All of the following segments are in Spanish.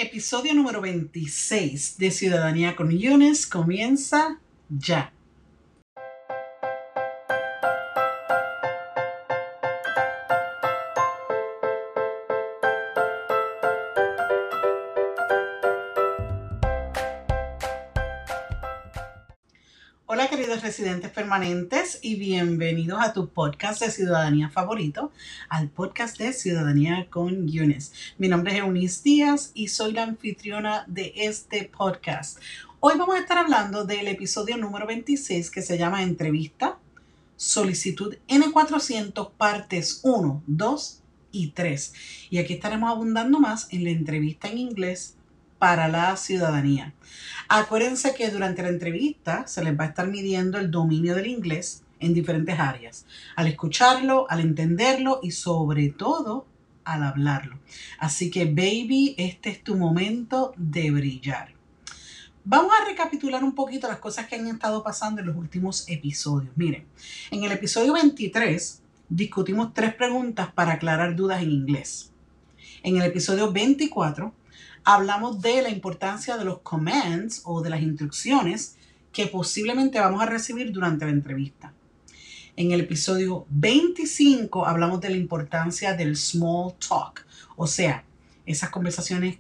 Episodio número 26 de Ciudadanía con Yunes comienza ya. Hola queridos residentes permanentes y bienvenidos a tu podcast de ciudadanía favorito, al podcast de Ciudadanía con Yunes. Mi nombre es Eunice Díaz y soy la anfitriona de este podcast. Hoy vamos a estar hablando del episodio número 26 que se llama Entrevista, Solicitud N400, partes 1, 2 y 3. Y aquí estaremos abundando más en la entrevista en inglés para la ciudadanía. Acuérdense que durante la entrevista se les va a estar midiendo el dominio del inglés en diferentes áreas, al escucharlo, al entenderlo y sobre todo al hablarlo. Así que baby, este es tu momento de brillar. Vamos a recapitular un poquito las cosas que han estado pasando en los últimos episodios. Miren, en el episodio 23 discutimos 3 preguntas para aclarar dudas en inglés. En el episodio 24 hablamos de la importancia de los commands o de las instrucciones que posiblemente vamos a recibir durante la entrevista. En el episodio 25 hablamos de la importancia del small talk, o sea, esas conversaciones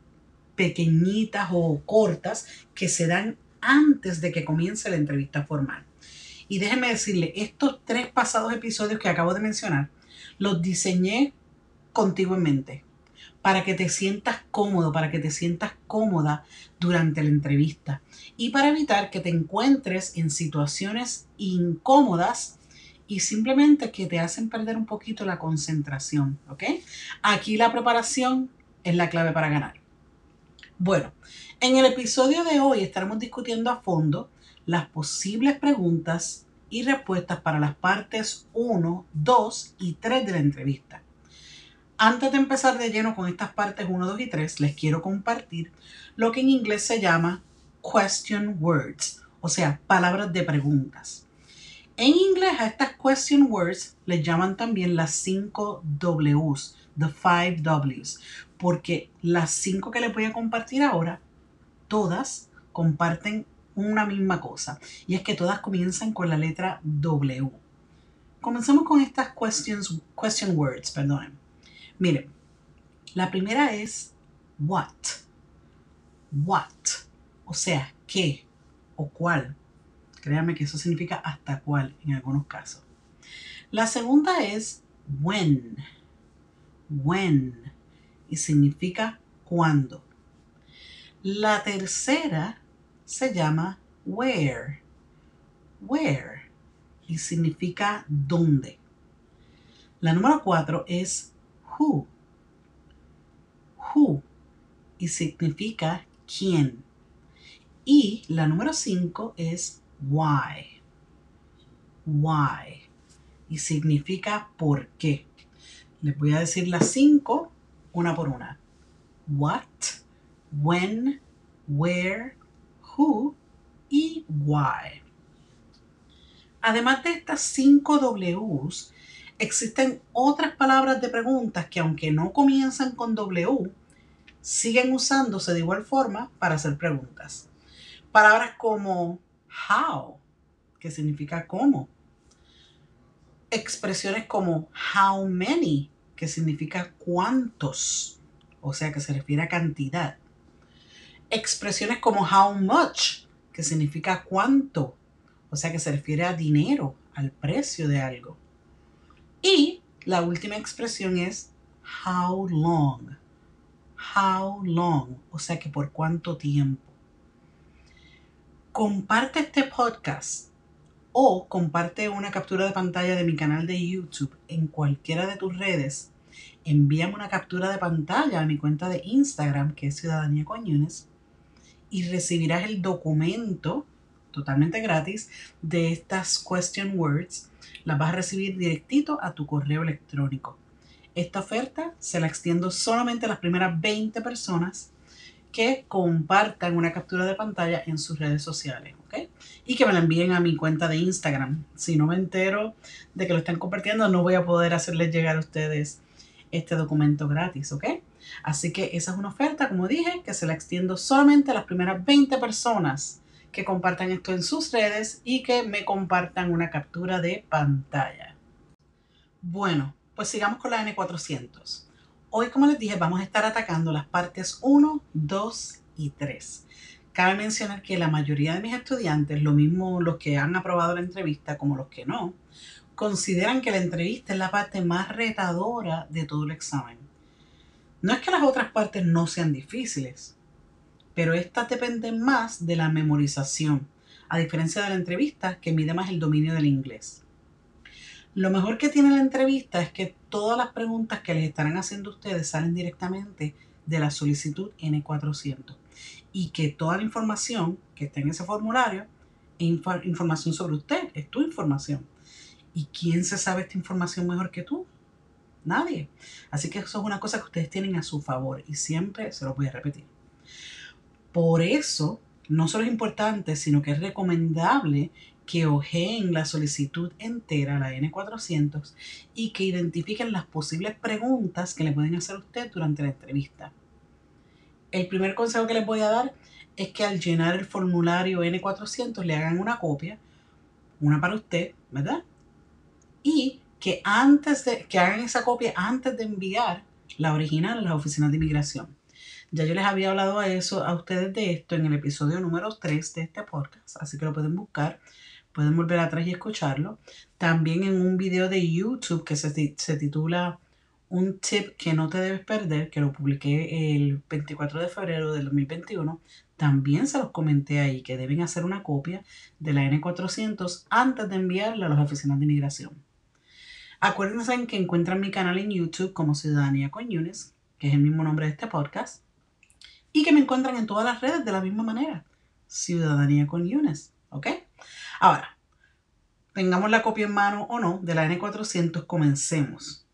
pequeñitas o cortas que se dan antes de que comience la entrevista formal. Y déjenme decirle, estos 3 pasados episodios que acabo de mencionar, los diseñé contigo en mente, para que te sientas cómodo, para que te sientas cómoda durante la entrevista y para evitar que te encuentres en situaciones incómodas y simplemente que te hacen perder un poquito la concentración, ¿ok? Aquí la preparación es la clave para ganar. Bueno, en el episodio de hoy estaremos discutiendo a fondo las posibles preguntas y respuestas para las partes 1, 2 y 3 de la entrevista. Antes de empezar de lleno con estas partes 1, 2 y 3, les quiero compartir lo que en inglés se llama question words, o sea, palabras de preguntas. En inglés a estas question words les llaman también las 5 Ws, the 5 Ws, porque las 5 que les voy a compartir ahora, todas comparten una misma cosa, y es que todas comienzan con la letra W. Comencemos con estas question words, perdonen. Miren, la primera es what. What, o sea, qué o cuál. Créanme que eso significa hasta cuál en algunos casos. La segunda es when. When, y significa cuándo. La tercera se llama where. Where, y significa dónde. La número 4 es who. Who, y significa quién. Y la número 5 es why. Why, y significa por qué. Les voy a decir las 5 una por una. What, when, where, who y why. Además de estas 5 Ws, existen otras palabras de preguntas que aunque no comienzan con W, siguen usándose de igual forma para hacer preguntas. Palabras como how, que significa cómo. Expresiones como how many, que significa cuántos, o sea que se refiere a cantidad. Expresiones como how much, que significa cuánto, o sea que se refiere a dinero, al precio de algo. Y la última expresión es how long. How long, o sea que por cuánto tiempo. Comparte este podcast o comparte una captura de pantalla de mi canal de YouTube en cualquiera de tus redes. Envíame una captura de pantalla a mi cuenta de Instagram, que es Ciudadanía con Yunes, y recibirás el documento totalmente gratis de estas question words. Las vas a recibir directito a tu correo electrónico. Esta oferta se la extiendo solamente a las primeras 20 personas que compartan una captura de pantalla en sus redes sociales, ¿ok? Y que me la envíen a mi cuenta de Instagram. Si no me entero de que lo están compartiendo, no voy a poder hacerles llegar a ustedes este documento gratis, ¿ok? Así que esa es una oferta, como dije, que se la extiendo solamente a las primeras 20 personas que compartan esto en sus redes y que me compartan una captura de pantalla. Bueno, pues sigamos con la N400. Hoy, como les dije, vamos a estar atacando las partes 1, 2 y 3. Cabe mencionar que la mayoría de mis estudiantes, lo mismo los que han aprobado la entrevista como los que no, consideran que la entrevista es la parte más retadora de todo el examen. No es que las otras partes no sean difíciles, pero estas dependen más de la memorización, a diferencia de la entrevista que mide más el dominio del inglés. Lo mejor que tiene la entrevista es que todas las preguntas que les estarán haciendo ustedes salen directamente de la solicitud N400 y que toda la información que está en ese formulario es información sobre usted, es tu información. ¿Y quién se sabe esta información mejor que tú? Nadie. Así que eso es una cosa que ustedes tienen a su favor y siempre se lo voy a repetir. Por eso, no solo es importante, sino que es recomendable que ojeen la solicitud entera, la N400, y que identifiquen las posibles preguntas que le pueden hacer a usted durante la entrevista. El primer consejo que les voy a dar es que al llenar el formulario N400 le hagan una copia, una para usted, ¿verdad? Y que hagan esa copia antes de enviar la original a las oficinas de inmigración. Ya yo les había hablado a ustedes de esto en el episodio número 3 de este podcast, así que lo pueden buscar, pueden volver atrás y escucharlo. También en un video de YouTube que se titula Un tip que no te debes perder, que lo publiqué el 24 de febrero del 2021, también se los comenté ahí que deben hacer una copia de la N400 antes de enviarla a las oficinas de inmigración. Acuérdense que encuentran mi canal en YouTube como Ciudadanía con Eunice, que es el mismo nombre de este podcast, y que me encuentran en todas las redes de la misma manera, Ciudadanía con Eunice, ¿ok? Ahora, tengamos la copia en mano o no de la N400, comencemos.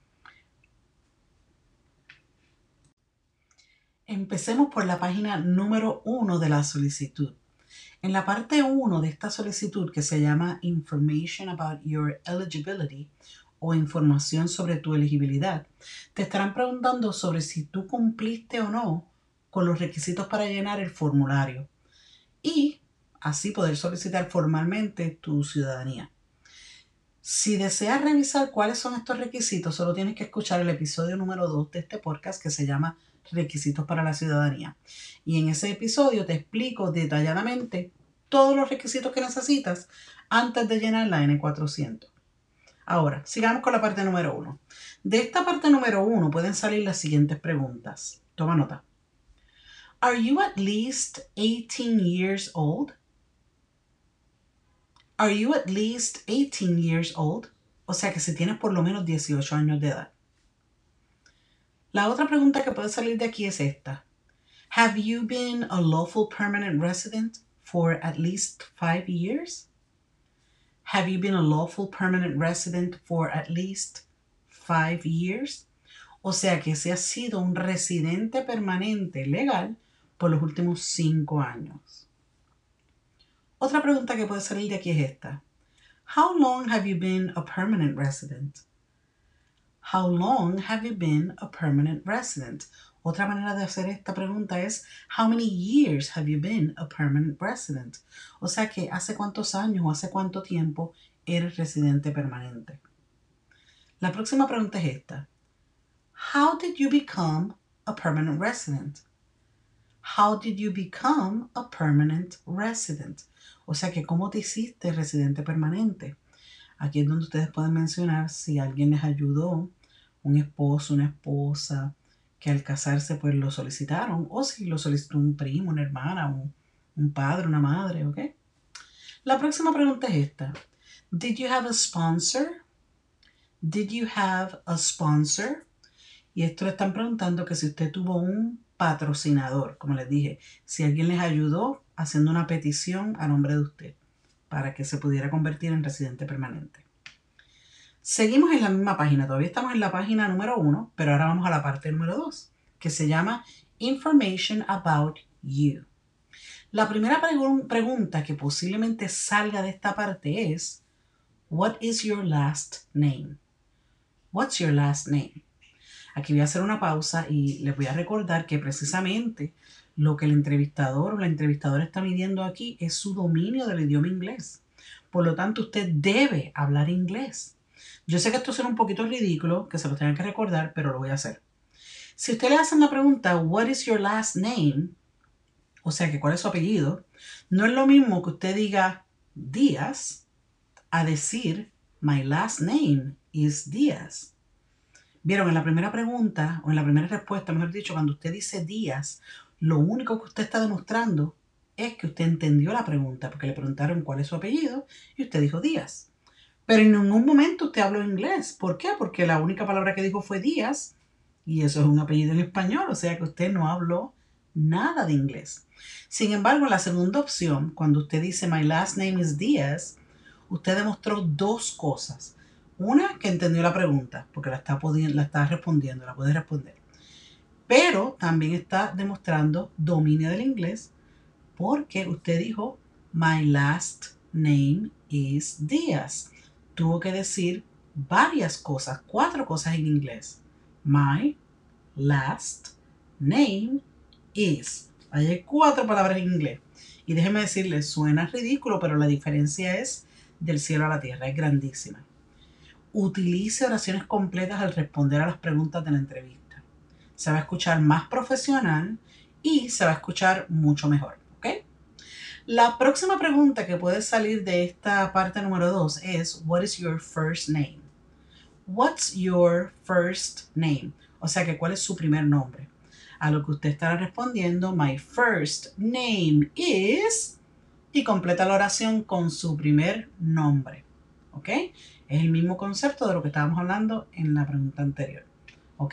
Empecemos por la página número 1 de la solicitud. En la parte 1 de esta solicitud, que se llama Information about your eligibility o información sobre tu elegibilidad, te estarán preguntando sobre si tú cumpliste o no con los requisitos para llenar el formulario y así poder solicitar formalmente tu ciudadanía. Si deseas revisar cuáles son estos requisitos, solo tienes que escuchar el episodio número 2 de este podcast que se llama Requisitos para la Ciudadanía. Y en ese episodio te explico detalladamente todos los requisitos que necesitas antes de llenar la N400. Ahora, sigamos con la parte número 1. De esta parte número 1 pueden salir las siguientes preguntas. Toma nota. Are you at least 18 years old? Are you at least 18 years old? O sea que si tienes por lo menos 18 años de edad. La otra pregunta que puede salir de aquí es esta. Have you been a lawful permanent resident for at least 5 years? Have you been a lawful permanent resident for at least 5 years? O sea que si has sido un residente permanente legal por los últimos 5 años. Otra pregunta que puede salir de aquí es esta. How long have you been a permanent resident? How long have you been a permanent resident? Otra manera de hacer esta pregunta es How many years have you been a permanent resident? O sea que ¿hace cuántos años o hace cuánto tiempo eres residente permanente? La próxima pregunta es esta. How did you become a permanent resident? How did you become a permanent resident? O sea que ¿cómo te hiciste residente permanente? Aquí es donde ustedes pueden mencionar si alguien les ayudó, un esposo, una esposa, que al casarse pues lo solicitaron, o si lo solicitó un primo, una hermana, un padre, una madre, ¿ok? La próxima pregunta es esta. Did you have a sponsor? Did you have a sponsor? Y esto le están preguntando que si usted tuvo un patrocinador, como les dije, si alguien les ayudó haciendo una petición a nombre de usted para que se pudiera convertir en residente permanente. Seguimos en la misma página, todavía estamos en la página número 1, pero ahora vamos a la parte número 2, que se llama Information about you. La primera pregunta que posiblemente salga de esta parte es What is your last name? What's your last name? Aquí voy a hacer una pausa y les voy a recordar que precisamente lo que el entrevistador o la entrevistadora está midiendo aquí es su dominio del idioma inglés. Por lo tanto, usted debe hablar inglés. Yo sé que esto suena un poquito ridículo, que se lo tengan que recordar, pero lo voy a hacer. Si usted le hacen la pregunta, what is your last name? O sea, que cuál es su apellido, no es lo mismo que usted diga Díaz a decir my last name is Díaz. Vieron, en la primera pregunta, o en la primera respuesta, mejor dicho, cuando usted dice Díaz, lo único que usted está demostrando es que usted entendió la pregunta, porque le preguntaron cuál es su apellido y usted dijo Díaz. Pero en ningún momento usted habló inglés. ¿Por qué? Porque la única palabra que dijo fue Díaz y eso es un apellido en español, o sea que usted no habló nada de inglés. Sin embargo, en la segunda opción, cuando usted dice my last name is Díaz, usted demostró dos cosas. Una, que entendió la pregunta, porque la está respondiendo, la puede responder. Pero también está demostrando dominio del inglés porque usted dijo my last name is Díaz. Tuvo que decir varias cosas, 4 cosas en inglés. My last name is. Ahí hay 4 palabras en inglés. Y déjeme decirles, suena ridículo, pero la diferencia es del cielo a la tierra, es grandísima. Utilice oraciones completas al responder a las preguntas de la entrevista. Se va a escuchar más profesional y se va a escuchar mucho mejor, ¿ok? La próxima pregunta que puede salir de esta parte número 2 es what is your first name? What's your first name? O sea que ¿cuál es su primer nombre? A lo que usted estará respondiendo my first name is y completa la oración con su primer nombre. ¿Ok? Es el mismo concepto de lo que estábamos hablando en la pregunta anterior. ¿Ok?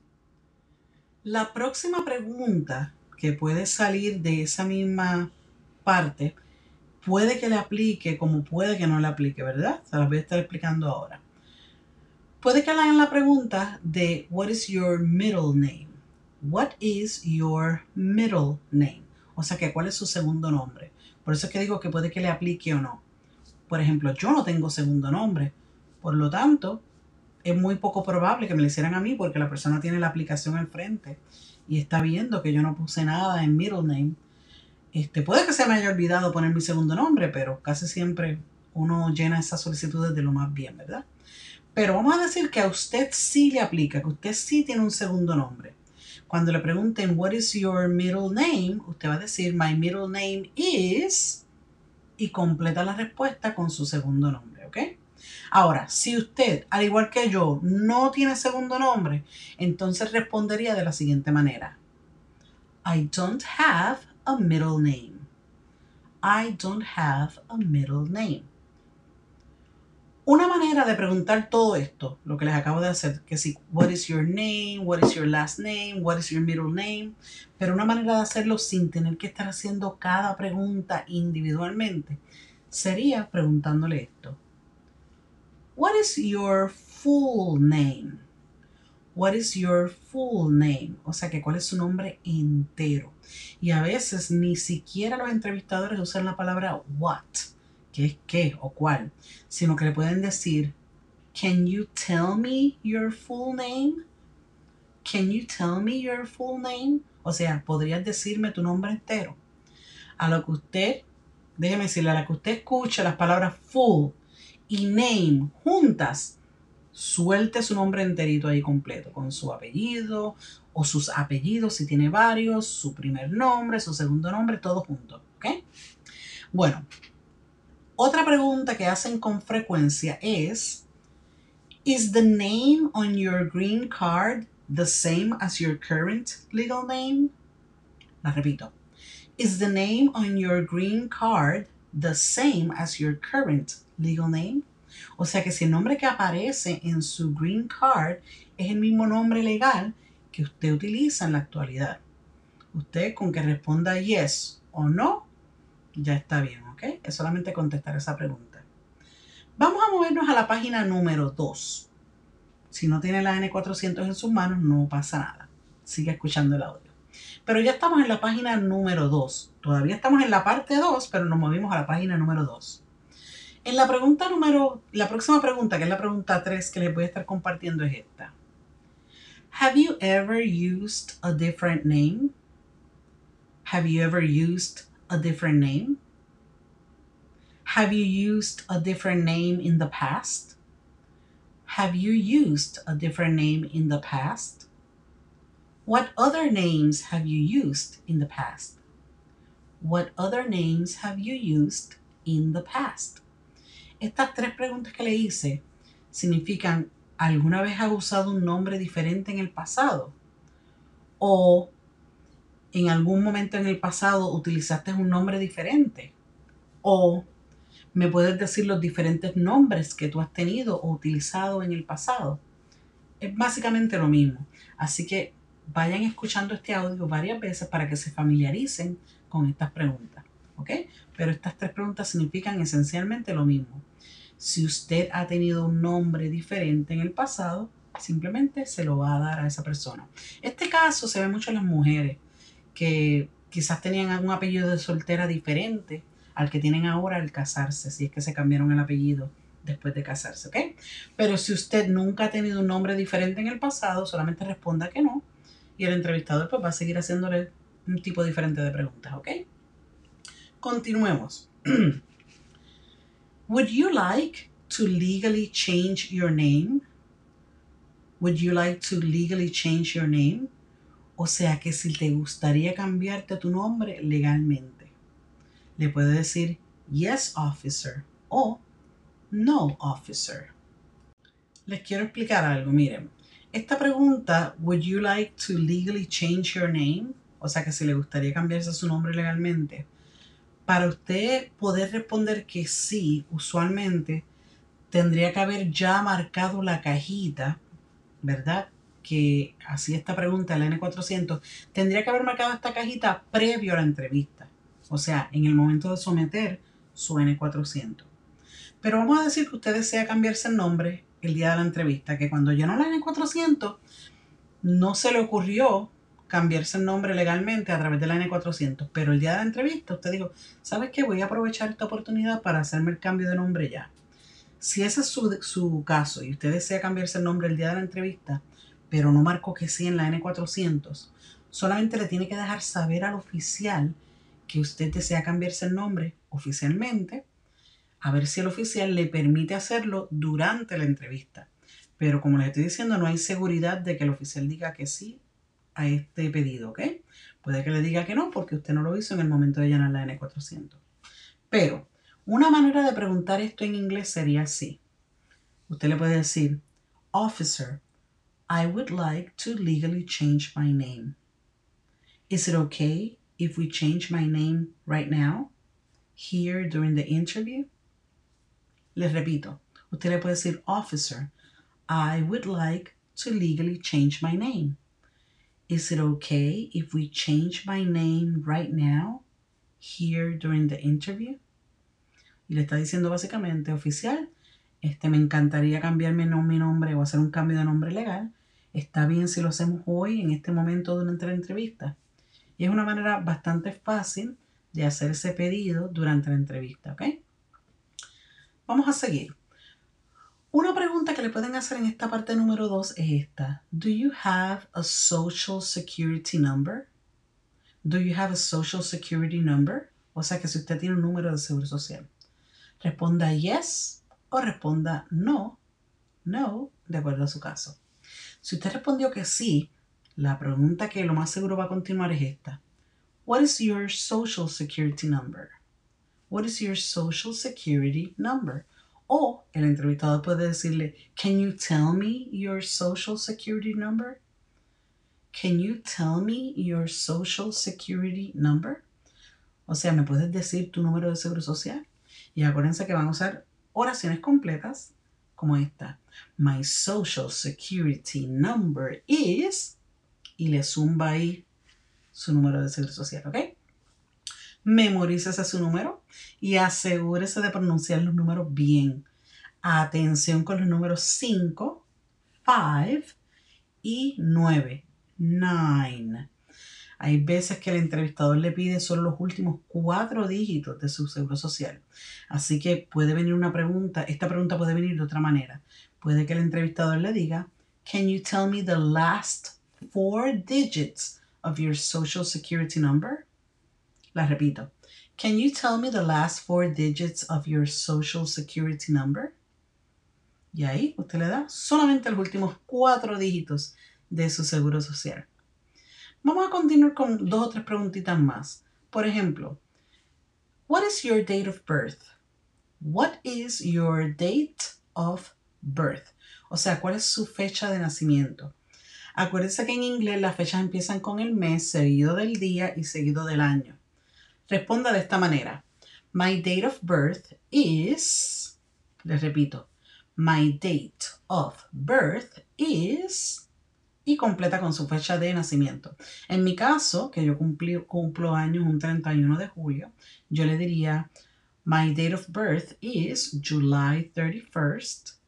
La próxima pregunta que puede salir de esa misma parte puede que le aplique como puede que no le aplique, ¿verdad? Se las voy a estar explicando ahora. Puede que hagan la pregunta de what is your middle name? What is your middle name? O sea que ¿cuál es su segundo nombre? Por eso es que digo que puede que le aplique o no. Por ejemplo, yo no tengo segundo nombre. Por lo tanto, es muy poco probable que me lo hicieran a mí porque la persona tiene la aplicación al frente y está viendo que yo no puse nada en middle name. Puede que se me haya olvidado poner mi segundo nombre, pero casi siempre uno llena esas solicitudes de lo más bien, ¿verdad? Pero vamos a decir que a usted sí le aplica, que usted sí tiene un segundo nombre. Cuando le pregunten, what is your middle name? Usted va a decir, my middle name is, y completa la respuesta con su segundo nombre, ¿ok? Ahora, si usted, al igual que yo, no tiene segundo nombre, entonces respondería de la siguiente manera. I don't have a middle name. I don't have a middle name. Una manera de preguntar todo esto, lo que les acabo de hacer, que si, what is your name, what is your last name, what is your middle name, pero una manera de hacerlo sin tener que estar haciendo cada pregunta individualmente, sería preguntándole esto. What is your full name? What is your full name? O sea, que cuál es su nombre entero. Y a veces ni siquiera los entrevistadores usan la palabra what, que es qué o cuál, sino que le pueden decir, can you tell me your full name? Can you tell me your full name? O sea, ¿podrías decirme tu nombre entero? A lo que usted, déjeme decirle, a la que usted escuche las palabras full y name juntas, suelte su nombre enterito ahí completo, con su apellido o sus apellidos si tiene varios, su primer nombre, su segundo nombre, todo junto, ¿ok? Bueno, otra pregunta que hacen con frecuencia es, is the name on your green card the same as your current legal name? La repito. Is the name on your green card the same as your current legal name? O sea que si el nombre que aparece en su green card es el mismo nombre legal que usted utiliza en la actualidad. Usted con que responda yes o no, ya está bien, ¿ok? Es solamente contestar esa pregunta. Vamos a movernos a la página número 2. Si no tiene la N400 en sus manos, no pasa nada. Sigue escuchando el audio. Pero ya estamos en la página número 2. Todavía estamos en la parte 2, pero nos movimos a la página número 2. En la próxima pregunta, que es la pregunta 3 que les voy a estar compartiendo es esta. Have you ever used a different name? Have you ever used a different name? Have you used a different name in the past? Have you used a different name in the past? What other names have you used in the past? What other names have you used in the past? Estas tres preguntas que le hice significan, ¿alguna vez has usado un nombre diferente en el pasado? ¿O en algún momento en el pasado utilizaste un nombre diferente? ¿O me puedes decir los diferentes nombres que tú has tenido o utilizado en el pasado? Es básicamente lo mismo. Así que vayan escuchando este audio varias veces para que se familiaricen con estas preguntas. ¿Ok? Pero estas tres preguntas significan esencialmente lo mismo. Si usted ha tenido un nombre diferente en el pasado, simplemente se lo va a dar a esa persona. Este caso se ve mucho en las mujeres que quizás tenían algún apellido de soltera diferente al que tienen ahora al casarse, si es que se cambiaron el apellido después de casarse, ¿ok? Pero si usted nunca ha tenido un nombre diferente en el pasado, solamente responda que no y el entrevistador pues va a seguir haciéndole un tipo diferente de preguntas, ¿ok? Continuemos. Would you like to legally change your name? Would you like to legally change your name? O sea que si te gustaría cambiarte tu nombre legalmente, le puede decir yes, officer o no, officer. Les quiero explicar algo, miren. Esta pregunta, would you like to legally change your name? O sea que si le gustaría cambiarse su nombre legalmente. Para usted poder responder que sí, usualmente tendría que haber ya marcado la cajita, ¿verdad? Que así esta pregunta, la N400, tendría que haber marcado esta cajita previo a la entrevista. O sea, en el momento de someter su N400. Pero vamos a decir que usted desea cambiarse el nombre el día de la entrevista, que cuando llenó la N400 no se le ocurrió cambiarse el nombre legalmente a través de la N400, pero el día de la entrevista usted dijo, ¿sabes qué? Voy a aprovechar esta oportunidad para hacerme el cambio de nombre ya. Si ese es su caso y usted desea cambiarse el nombre el día de la entrevista, pero no marcó que sí en la N400, solamente le tiene que dejar saber al oficial que usted desea cambiarse el nombre oficialmente, a ver si el oficial le permite hacerlo durante la entrevista. Pero como les estoy diciendo, no hay seguridad de que el oficial diga que sí a este pedido, ¿ok? Puede que le diga que no porque usted no lo hizo en el momento de llenar la N400. Pero una manera de preguntar esto en inglés sería así. Usted le puede decir, Officer, I would like to legally change my name. Is it okay if we change my name right now, here during the interview? Les repito, usted le puede decir, Officer, I would like to legally change my name. Is it okay if we change my name right now, here during the interview? Y le está diciendo básicamente, oficial, me encantaría cambiarme mi nombre o hacer un cambio de nombre legal. Está bien si lo hacemos hoy, en este momento durante la entrevista. Y es una manera bastante fácil de hacer ese pedido durante la entrevista, ¿ok? Vamos a seguir. Una pregunta que le pueden hacer en esta parte número 2 es esta. Do you have a social security number? Do you have a social security number? O sea que si usted tiene un número de seguro social. Responda yes o responda no, de acuerdo a su caso. Si usted respondió que sí, la pregunta que lo más seguro va a continuar es esta. What is your social security number? What is your social security number? O el entrevistador puede decirle, can you tell me your social security number? Can you tell me your social security number? O sea, ¿me puedes decir tu número de seguro social? Y acuérdense que van a usar oraciones completas como esta. My social security number is... Y le zumba ahí su número de seguro social, ¿ok? Memorícese su número y asegúrese de pronunciar los números bien. Atención con los números 5, 5 y 9. 9. Hay veces que el entrevistador le pide solo los últimos 4 dígitos de su seguro social. Así que puede venir una pregunta. Esta pregunta puede venir de otra manera. Puede que el entrevistador le diga, can you tell me the last four digits of your social security number? La repito. Can you tell me the last four digits of your social security number? Y ahí usted le da solamente los últimos 4 dígitos de su seguro social. Vamos a continuar con 2 o 3 preguntitas más. Por ejemplo, what is your date of birth? What is your date of birth? O sea, ¿cuál es su fecha de nacimiento? Acuérdense que en inglés las fechas empiezan con el mes, seguido del día y seguido del año. Responda de esta manera. My date of birth is, les repito, my date of birth is, y completa con su fecha de nacimiento. En mi caso, que yo cumplo años un 31 de julio, yo le diría, my date of birth is July 31st,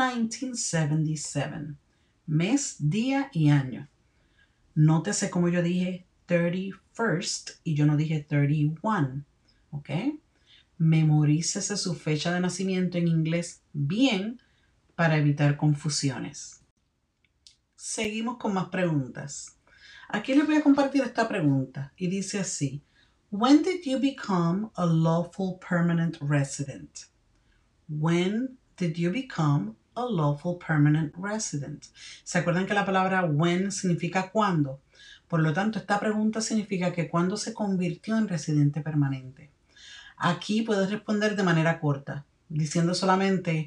1977. Mes, día y año. Nótese como yo dije 31st y yo no dije 31, ¿ok? Memorícese su fecha de nacimiento en inglés bien para evitar confusiones. Seguimos con más preguntas. Aquí les voy a compartir esta pregunta y dice así. When did you become a lawful permanent resident? When did you become a lawful permanent resident? ¿Se acuerdan que la palabra when significa cuándo? Por lo tanto, esta pregunta significa que cuándo se convirtió en residente permanente. Aquí puedes responder de manera corta, diciendo solamente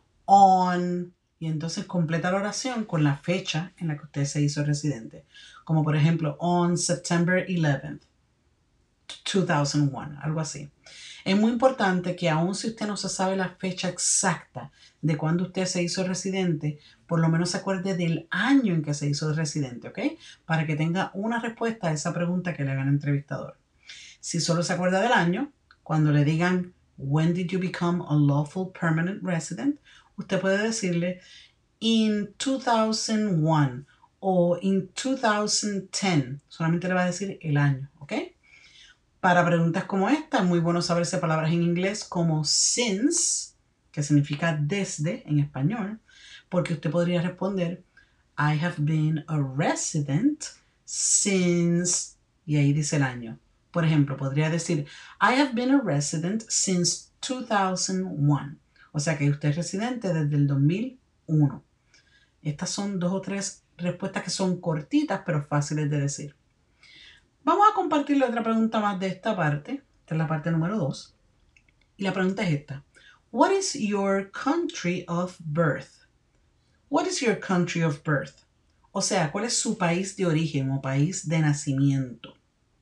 on, y entonces completa la oración con la fecha en la que usted se hizo residente. Como por ejemplo, on September 11th, 2001, algo así. Es muy importante que aun si usted no se sabe la fecha exacta de cuando usted se hizo residente, por lo menos se acuerde del año en que se hizo residente, ¿ok? Para que tenga una respuesta a esa pregunta que le haga el entrevistador. Si solo se acuerda del año, cuando le digan, when did you become a lawful permanent resident? Usted puede decirle, in 2001 o in 2010. Solamente le va a decir el año, ¿ok? Para preguntas como esta, es muy bueno saberse palabras en inglés como since, que significa desde en español, porque usted podría responder, I have been a resident since, y ahí dice el año. Por ejemplo, podría decir, I have been a resident since 2001. O sea que usted es residente desde el 2001. Estas son 2 o 3 respuestas que son cortitas, pero fáciles de decir. Vamos a compartirle otra pregunta más de esta parte. Esta es la parte número 2. Y la pregunta es esta. What is your country of birth? What is your country of birth? O sea, ¿cuál es su país de origen o país de nacimiento?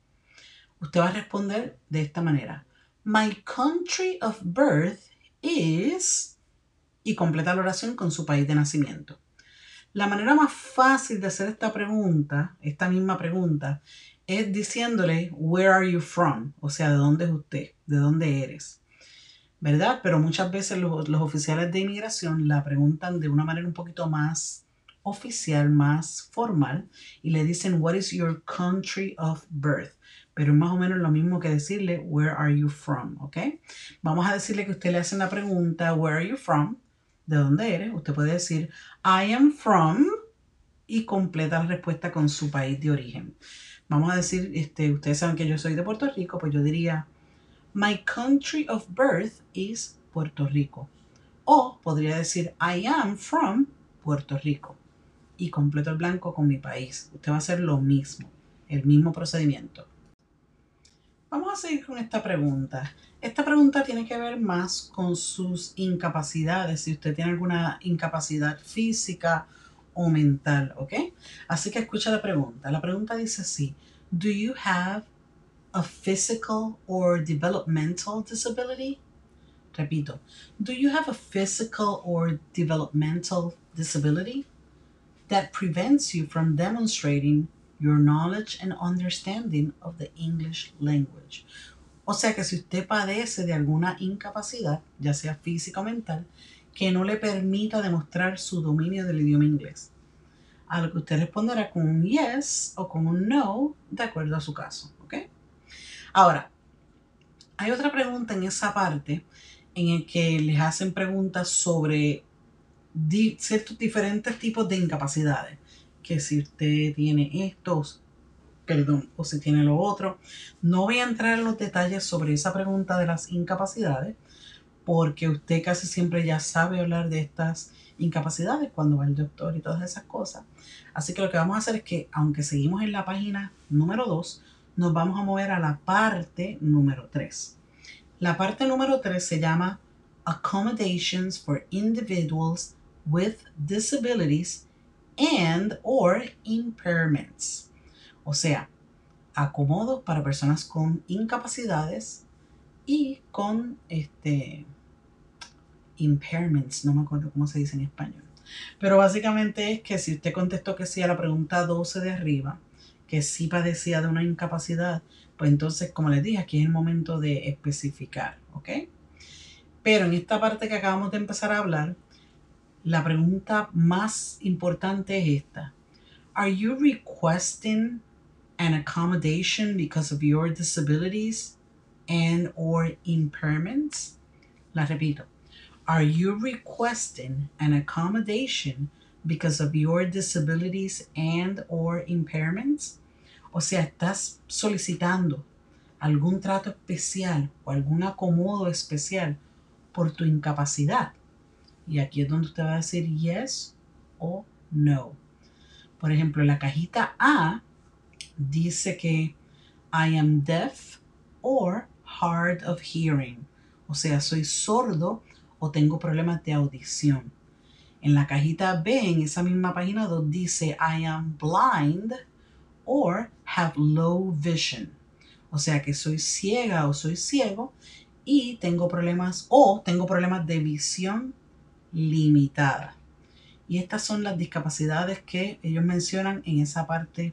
Usted va a responder de esta manera. My country of birth is... y completa la oración con su país de nacimiento. La manera más fácil de hacer esta misma pregunta, es diciéndole, where are you from? O sea, ¿de dónde es usted? ¿De dónde eres? ¿Verdad? Pero muchas veces los oficiales de inmigración la preguntan de una manera un poquito más oficial, más formal, y le dicen, what is your country of birth? Pero es más o menos lo mismo que decirle, where are you from? ¿Ok? Vamos a decirle que usted le hace la pregunta, where are you from? ¿De dónde eres? Usted puede decir, I am from, y completa la respuesta con su país de origen. Vamos a decir, ustedes saben que yo soy de Puerto Rico, pues yo diría, my country of birth is Puerto Rico. O podría decir, I am from Puerto Rico. Y completo el blanco con mi país. Usted va a hacer lo mismo, el mismo procedimiento. Vamos a seguir con esta pregunta. Esta pregunta tiene que ver más con sus incapacidades, si usted tiene alguna incapacidad física o mental, ¿ok? Así que escucha la pregunta. La pregunta dice así, do you have a physical or developmental disability? Repito, do you have a physical or developmental disability that prevents you from demonstrating your knowledge and understanding of the English language? O sea que si usted padece de alguna incapacidad, ya sea física o mental, que no le permita demostrar su dominio del idioma inglés. A lo que usted responderá con un yes o con un no, de acuerdo a su caso, ¿ok? Ahora, hay otra pregunta en esa parte en el que les hacen preguntas sobre ciertos diferentes tipos de incapacidades que si usted tiene esto, perdón, o si tiene lo otro. No voy a entrar en los detalles sobre esa pregunta de las incapacidades, porque usted casi siempre ya sabe hablar de estas incapacidades cuando va al doctor y todas esas cosas. Así que lo que vamos a hacer es que, aunque seguimos en la página número 2, nos vamos a mover a la parte número 3. La parte número 3 se llama Accommodations for Individuals with Disabilities and or Impairments. O sea, acomodos para personas con incapacidades y con impairments, no me acuerdo cómo se dice en español. Pero básicamente es que si usted contestó que sí a la pregunta 12 de arriba, que sí padecía de una incapacidad, pues entonces, como les dije, aquí es el momento de especificar, ¿ok? Pero en esta parte que acabamos de empezar a hablar, la pregunta más importante es esta. Are you requesting an accommodation because of your disabilities and or impairments? La repito. Are you requesting an accommodation because of your disabilities and or impairments? O sea, estás solicitando algún trato especial o algún acomodo especial por tu incapacidad. Y aquí es donde usted va a decir yes o no. Por ejemplo, la cajita A dice que I am deaf or hard of hearing. O sea, soy sordo o tengo problemas de audición. En la cajita B, en esa misma página 2, dice I am blind or have low vision. O sea que soy ciega o soy ciego y tengo problemas de visión limitada. Y estas son las discapacidades que ellos mencionan en esa parte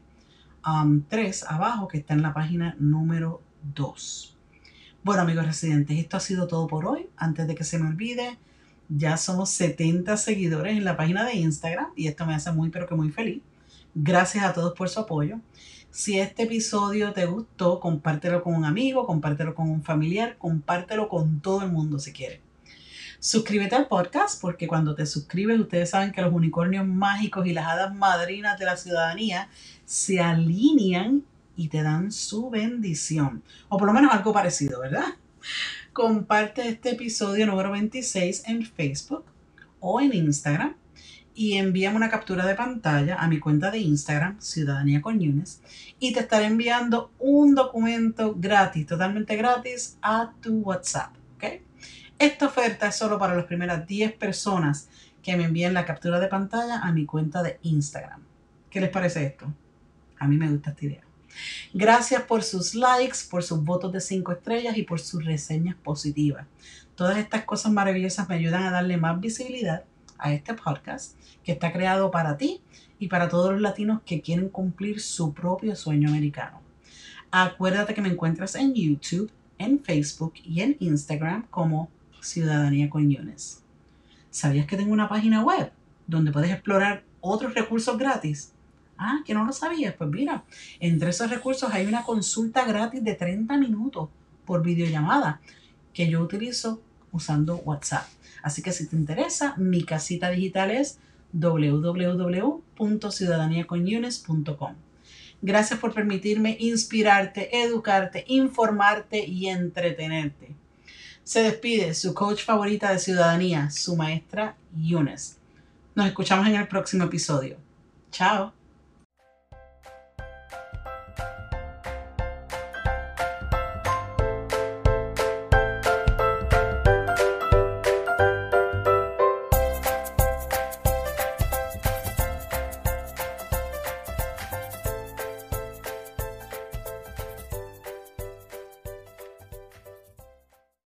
3 abajo, que está en la página número 2. Bueno, amigos residentes, esto ha sido todo por hoy. Antes de que se me olvide, ya somos 70 seguidores en la página de Instagram y esto me hace muy, pero que muy feliz. Gracias a todos por su apoyo. Si este episodio te gustó, compártelo con un amigo, compártelo con un familiar, compártelo con todo el mundo si quieres. Suscríbete al podcast porque cuando te suscribes, ustedes saben que los unicornios mágicos y las hadas madrinas de la ciudadanía se alinean y te dan su bendición. O por lo menos algo parecido, ¿verdad? Comparte este episodio número 26 en Facebook o en Instagram y envíame una captura de pantalla a mi cuenta de Instagram, Ciudadanía con Yunes, y te estaré enviando un documento gratis, totalmente gratis, a tu WhatsApp, ¿ok? Esta oferta es solo para las primeras 10 personas que me envíen la captura de pantalla a mi cuenta de Instagram. ¿Qué les parece esto? A mí me gusta esta idea. Gracias por sus likes, por sus votos de 5 estrellas y por sus reseñas positivas. Todas estas cosas maravillosas me ayudan a darle más visibilidad a este podcast que está creado para ti y para todos los latinos que quieren cumplir su propio sueño americano. Acuérdate que me encuentras en YouTube, en Facebook y en Instagram como Ciudadanía con Yunes. ¿Sabías que tengo una página web donde puedes explorar otros recursos gratis? Ah, que no lo sabías. Pues mira, entre esos recursos hay una consulta gratis de 30 minutos por videollamada que yo utilizo usando WhatsApp. Así que si te interesa, mi casita digital es www.ciudadaniaconyunes.com. Gracias por permitirme inspirarte, educarte, informarte y entretenerte. Se despide su coach favorita de ciudadanía, su maestra Yunes. Nos escuchamos en el próximo episodio. Chao.